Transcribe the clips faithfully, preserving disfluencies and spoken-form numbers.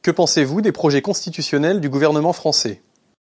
Que pensez-vous des projets constitutionnels du gouvernement français ?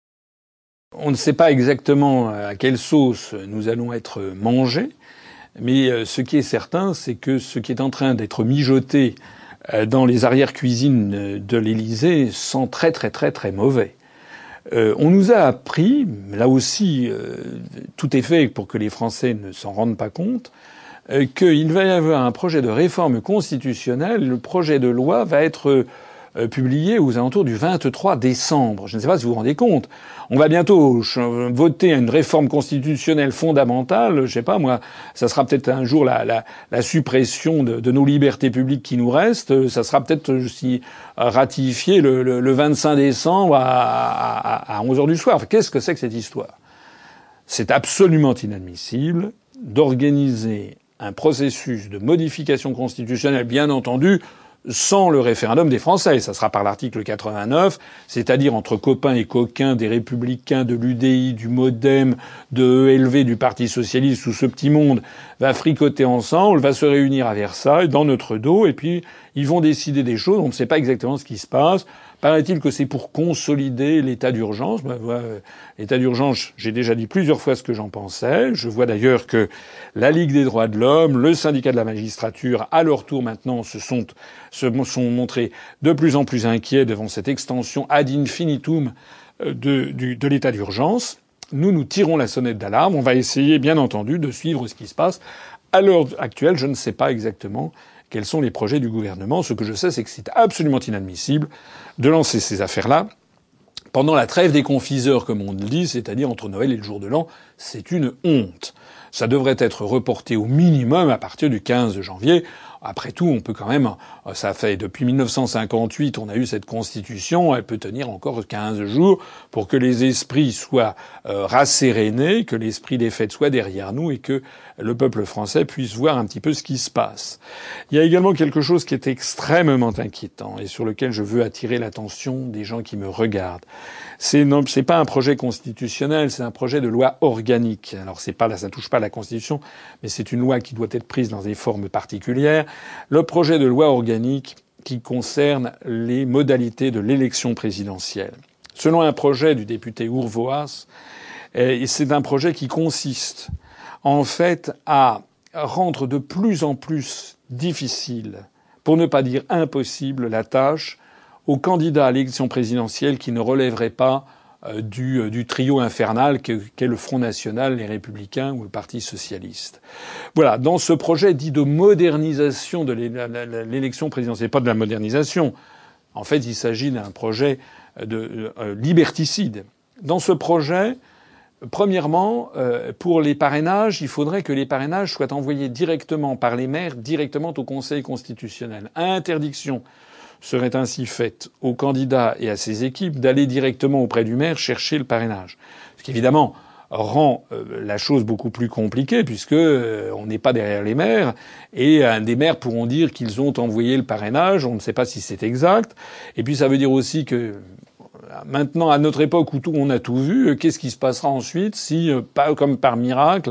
On ne sait pas exactement à quelle sauce nous allons être mangés, mais ce qui est certain, c'est que ce qui est en train d'être mijoté dans les arrière-cuisines de l'Élysée sent très très très très mauvais. Euh, on nous a appris, là aussi, euh, tout est fait pour que les Français ne s'en rendent pas compte, euh, qu'il va y avoir un projet de réforme constitutionnelle. Le projet de loi va être euh, publié aux alentours du vingt-trois décembre. Je ne sais pas si vous vous rendez compte. On va bientôt voter une réforme constitutionnelle fondamentale. Je sais pas, moi, ça sera peut-être un jour la, la, la suppression de, de nos libertés publiques qui nous restent. Ça sera peut-être si ratifié le, le, le vingt-cinq décembre à, à, à onze heures du soir. Enfin, qu'est-ce que c'est que cette histoire ? C'est absolument inadmissible d'organiser un processus de modification constitutionnelle, bien entendu, sans le référendum des Français. Ça sera par l'article quatre-vingt-neuf, c'est-à-dire entre copains et coquins des Républicains, de l'U D I, du MoDem, de E L V, du Parti Socialiste, tout ce petit monde va fricoter ensemble, va se réunir à Versailles, dans notre dos, et puis ils vont décider des choses. On ne sait pas exactement ce qui se passe. Paraît-il que c'est pour consolider l'état d'urgence. Ben, ouais, l'état d'urgence, j'ai déjà dit plusieurs fois ce que j'en pensais. Je vois d'ailleurs que la Ligue des droits de l'homme, le syndicat de la magistrature, à leur tour maintenant, se sont, se sont montrés de plus en plus inquiets devant cette extension ad infinitum de, du, de l'état d'urgence. Nous, nous tirons la sonnette d'alarme. On va essayer, bien entendu, de suivre ce qui se passe. À l'heure actuelle, je ne sais pas exactement quels sont les projets du gouvernement. Ce que je sais, c'est que c'est absolument inadmissible de lancer ces affaires-là pendant la trêve des confiseurs, comme on le dit, c'est-à-dire entre Noël et le jour de l'an. C'est une honte. Ça devrait être reporté au minimum à partir du quinze janvier. Après tout, on peut quand même, ça fait depuis mille neuf cent cinquante-huit, on a eu cette constitution, elle peut tenir encore quinze jours pour que les esprits soient euh, rassérénés, que l'esprit des fêtes soit derrière nous et que le peuple français puisse voir un petit peu ce qui se passe. Il y a également quelque chose qui est extrêmement inquiétant et sur lequel je veux attirer l'attention des gens qui me regardent. C'est non, c'est pas un projet constitutionnel, c'est un projet de loi organique. Alors c'est pas là, ça touche pas à la Constitution, mais c'est une loi qui doit être prise dans des formes particulières. Le projet de loi organique qui concerne les modalités de l'élection présidentielle. Selon un projet du député Urvoas, c'est un projet qui consiste en fait à rendre de plus en plus difficile, pour ne pas dire impossible, la tâche aux candidats à l'élection présidentielle qui ne relèveraient pas euh, du, du trio infernal qu'est, qu'est le Front National, les Républicains ou le Parti Socialiste. Voilà, dans ce projet dit de modernisation de l'élection présidentielle, pas de la modernisation, en fait il s'agit d'un projet de euh, liberticide. Dans ce projet, premièrement, euh, pour les parrainages, il faudrait que les parrainages soient envoyés directement par les maires, directement au Conseil constitutionnel. Interdiction serait ainsi faite aux candidats et à ses équipes d'aller directement auprès du maire chercher le parrainage. Ce qui, évidemment, rend euh, la chose beaucoup plus compliquée puisque euh, on n'est pas derrière les maires et euh, des maires pourront dire qu'ils ont envoyé le parrainage. On ne sait pas si c'est exact. Et puis ça veut dire aussi que maintenant, à notre époque où tout, on a tout vu, qu'est-ce qui se passera ensuite si, pas comme par miracle,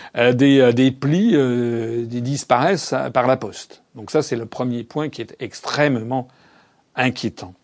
des, des plis euh, disparaissent par la poste. Donc ça, c'est le premier point qui est extrêmement inquiétant.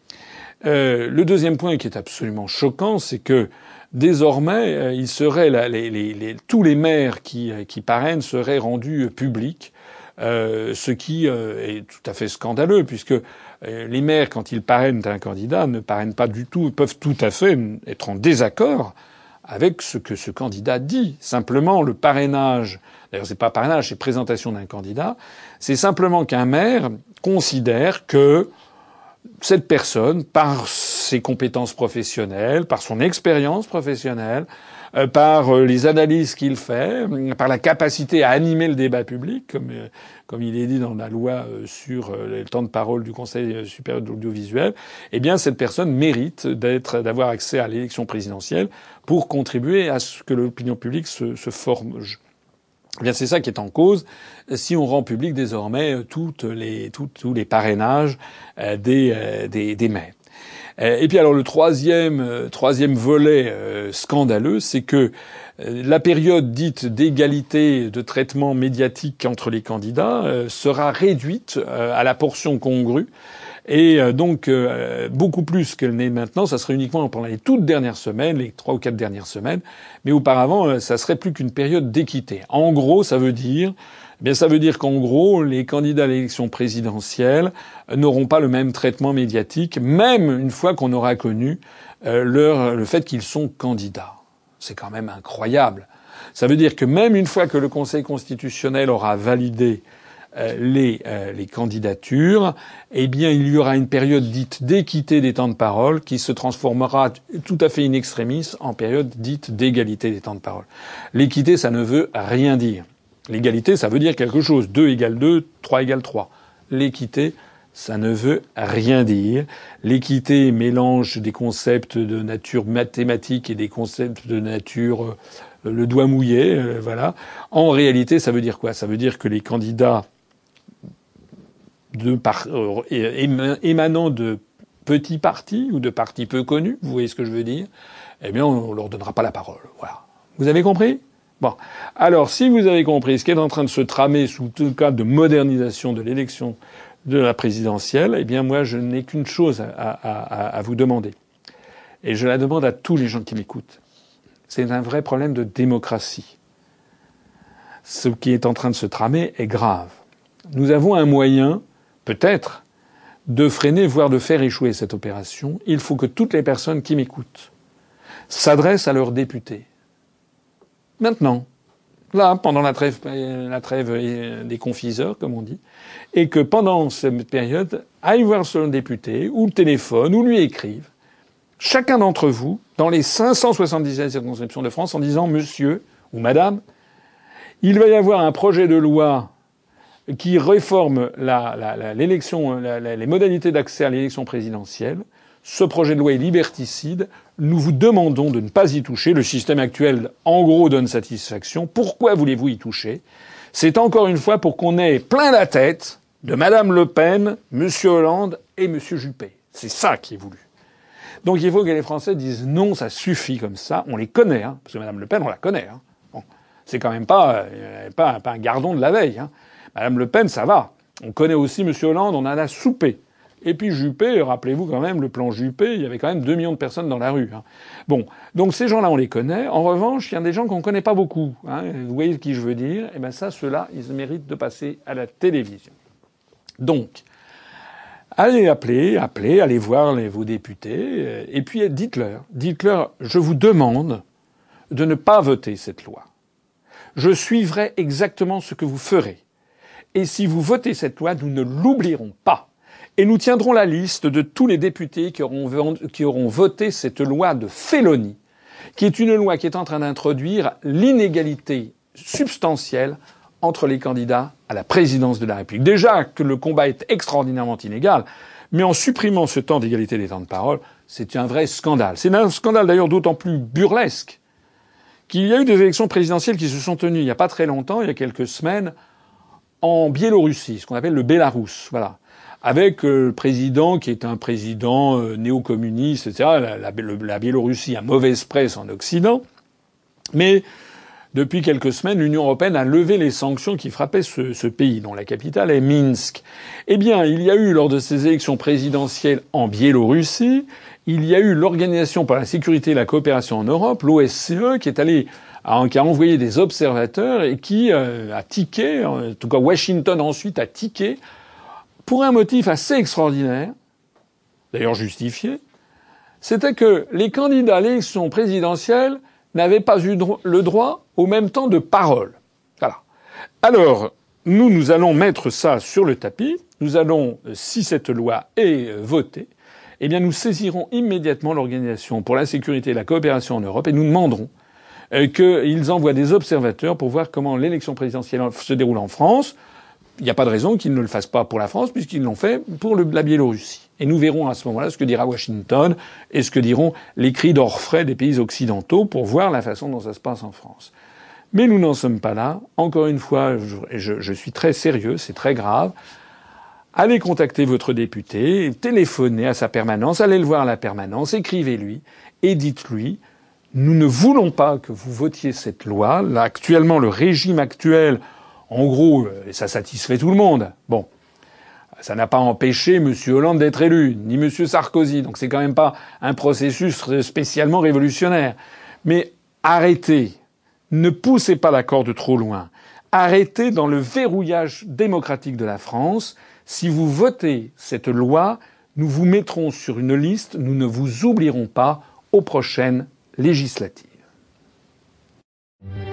Euh, le deuxième point qui est absolument choquant, c'est que désormais, il serait la, les, les, les, tous les maires qui, qui parrainent seraient rendus publics, euh, ce qui euh, est tout à fait scandaleux, puisque les maires, quand ils parrainent un candidat, ne parrainent pas du tout, peuvent tout à fait être en désaccord avec ce que ce candidat dit. Simplement, le parrainage, d'ailleurs c'est pas parrainage, c'est présentation d'un candidat, c'est simplement qu'un maire considère que cette personne, par ses compétences professionnelles, par son expérience professionnelle, euh, par euh, les analyses qu'il fait, euh, par la capacité à animer le débat public, comme, euh, comme il est dit dans la loi euh, sur euh, le temps de parole du Conseil supérieur de l'audiovisuel, eh bien cette personne mérite d'être, d'avoir accès à l'élection présidentielle pour contribuer à ce que l'opinion publique se, se forge. Eh bien, c'est ça qui est en cause si on rend public désormais toutes les, tout, tous les parrainages euh, des, euh, des, des maires. Et puis alors le troisième, euh, troisième volet euh, scandaleux, c'est que euh, la période dite d'égalité de traitement médiatique entre les candidats euh, sera réduite euh, à la portion congrue. Et euh, donc, euh, beaucoup plus qu'elle n'est maintenant. Ça serait uniquement pendant les toutes dernières semaines, les trois ou quatre dernières semaines. Mais auparavant, euh, ça serait plus qu'une période d'équité. En gros, ça veut dire... Eh bien, ça veut dire qu'en gros, les candidats à l'élection présidentielle n'auront pas le même traitement médiatique, même une fois qu'on aura connu euh, leur, le fait qu'ils sont candidats. C'est quand même incroyable. Ça veut dire que même une fois que le Conseil constitutionnel aura validé euh, les, euh, les candidatures, eh bien, il y aura une période dite d'équité des temps de parole qui se transformera tout à fait in extremis en période dite d'égalité des temps de parole. L'équité, ça ne veut rien dire. L'égalité, ça veut dire quelque chose. deux égale deux, trois égale trois. L'équité, ça ne veut rien dire. L'équité mélange des concepts de nature mathématique et des concepts de nature euh, le doigt mouillé, euh, voilà. En réalité, ça veut dire quoi? Ça veut dire que les candidats de par, euh, émanant de petits partis ou de partis peu connus, vous voyez ce que je veux dire, eh bien, on leur donnera pas la parole. Voilà. Vous avez compris? Bon. Alors, si vous avez compris ce qui est en train de se tramer sous tout cas de modernisation de l'élection de la présidentielle, eh bien, moi, je n'ai qu'une chose à, à, à vous demander. Et je la demande à tous les gens qui m'écoutent. C'est un vrai problème de démocratie. Ce qui est en train de se tramer est grave. Nous avons un moyen, peut-être, de freiner, voire de faire échouer cette opération. Il faut que toutes les personnes qui m'écoutent s'adressent à leurs députés. Maintenant, là, pendant la trêve, la trêve des confiseurs, comme on dit, et que pendant cette période, aille voir son député, ou le téléphone, ou lui écrive, chacun d'entre vous, dans les cinq cent soixante-dix-sept circonscriptions de France, en disant « Monsieur ou Madame, il va y avoir un projet de loi qui réforme la, la, la, l'élection, la, la, les modalités d'accès à l'élection présidentielle. Ce projet de loi est liberticide. Nous vous demandons de ne pas y toucher. Le système actuel, en gros, donne satisfaction. Pourquoi voulez-vous y toucher? C'est encore une fois pour qu'on ait plein la tête de Madame Le Pen, Monsieur Hollande et Monsieur Juppé. C'est ça qui est voulu. Donc il faut que les Français disent non, ça suffit comme ça. On les connaît, hein, parce que Madame Le Pen, on la connaît. Hein. Bon, c'est quand même pas, euh, pas, pas un gardon de la veille. Hein. Madame Le Pen, ça va. On connaît aussi Monsieur Hollande, on en a soupé. Et puis Juppé, rappelez-vous quand même, le plan Juppé, il y avait quand même deux millions de personnes dans la rue. Hein. Bon, donc ces gens-là, on les connaît. En revanche, il y a des gens qu'on connaît pas beaucoup. Hein. Vous voyez qui je veux dire? Eh ben ça, ceux-là, ils méritent de passer à la télévision. Donc, allez appeler, appelez, allez voir les, vos députés, et puis dites-leur, dites-leur, je vous demande de ne pas voter cette loi. Je suivrai exactement ce que vous ferez. Et si vous votez cette loi, nous ne l'oublierons pas. Et nous tiendrons la liste de tous les députés qui auront, qui auront voté cette loi de félonie, qui est une loi qui est en train d'introduire l'inégalité substantielle entre les candidats à la présidence de la République. Déjà que le combat est extraordinairement inégal, mais en supprimant ce temps d'égalité des temps de parole, c'est un vrai scandale. C'est un scandale d'ailleurs d'autant plus burlesque qu'il y a eu des élections présidentielles qui se sont tenues il n'y a pas très longtemps, il y a quelques semaines, en Biélorussie, ce qu'on appelle le Bélarus, voilà. Avec euh, le président qui est un président euh, néo-communiste, et cetera. La, la, la Biélorussie a mauvaise presse en Occident, mais depuis quelques semaines, l'Union européenne a levé les sanctions qui frappaient ce, ce pays, dont la capitale est Minsk. Eh bien, il y a eu, lors de ces élections présidentielles en Biélorussie, il y a eu l'Organisation pour la sécurité et la coopération en Europe, l'O S C E, qui est allée, qui a envoyé des observateurs et qui euh, a tiqué, en tout cas Washington ensuite a tiqué, pour un motif assez extraordinaire, d'ailleurs justifié, c'était que les candidats à l'élection présidentielle n'avaient pas eu le droit au même temps de parole. Voilà. Alors, nous, nous allons mettre ça sur le tapis. Nous allons, si cette loi est votée, eh bien, nous saisirons immédiatement l'Organisation pour la sécurité et la coopération en Europe et nous demanderons qu'ils envoient des observateurs pour voir comment l'élection présidentielle se déroule en France. Il n'y a pas de raison qu'ils ne le fassent pas pour la France, puisqu'ils l'ont fait pour le, la Biélorussie. Et nous verrons à ce moment-là ce que dira Washington et ce que diront les cris d'orfraie des pays occidentaux pour voir la façon dont ça se passe en France. Mais nous n'en sommes pas là. Encore une fois, je, je, je suis très sérieux, c'est très grave. Allez contacter votre député, téléphonez à sa permanence, allez le voir à la permanence, écrivez-lui et dites-lui « Nous ne voulons pas que vous votiez cette loi. Là, actuellement, le régime actuel... » En gros, ça satisfait tout le monde. Bon. Ça n'a pas empêché M. Hollande d'être élu, ni M. Sarkozy. Donc c'est quand même pas un processus spécialement révolutionnaire. Mais arrêtez. Ne poussez pas la corde trop loin. Arrêtez dans le verrouillage démocratique de la France. Si vous votez cette loi, nous vous mettrons sur une liste. Nous ne vous oublierons pas aux prochaines législatives.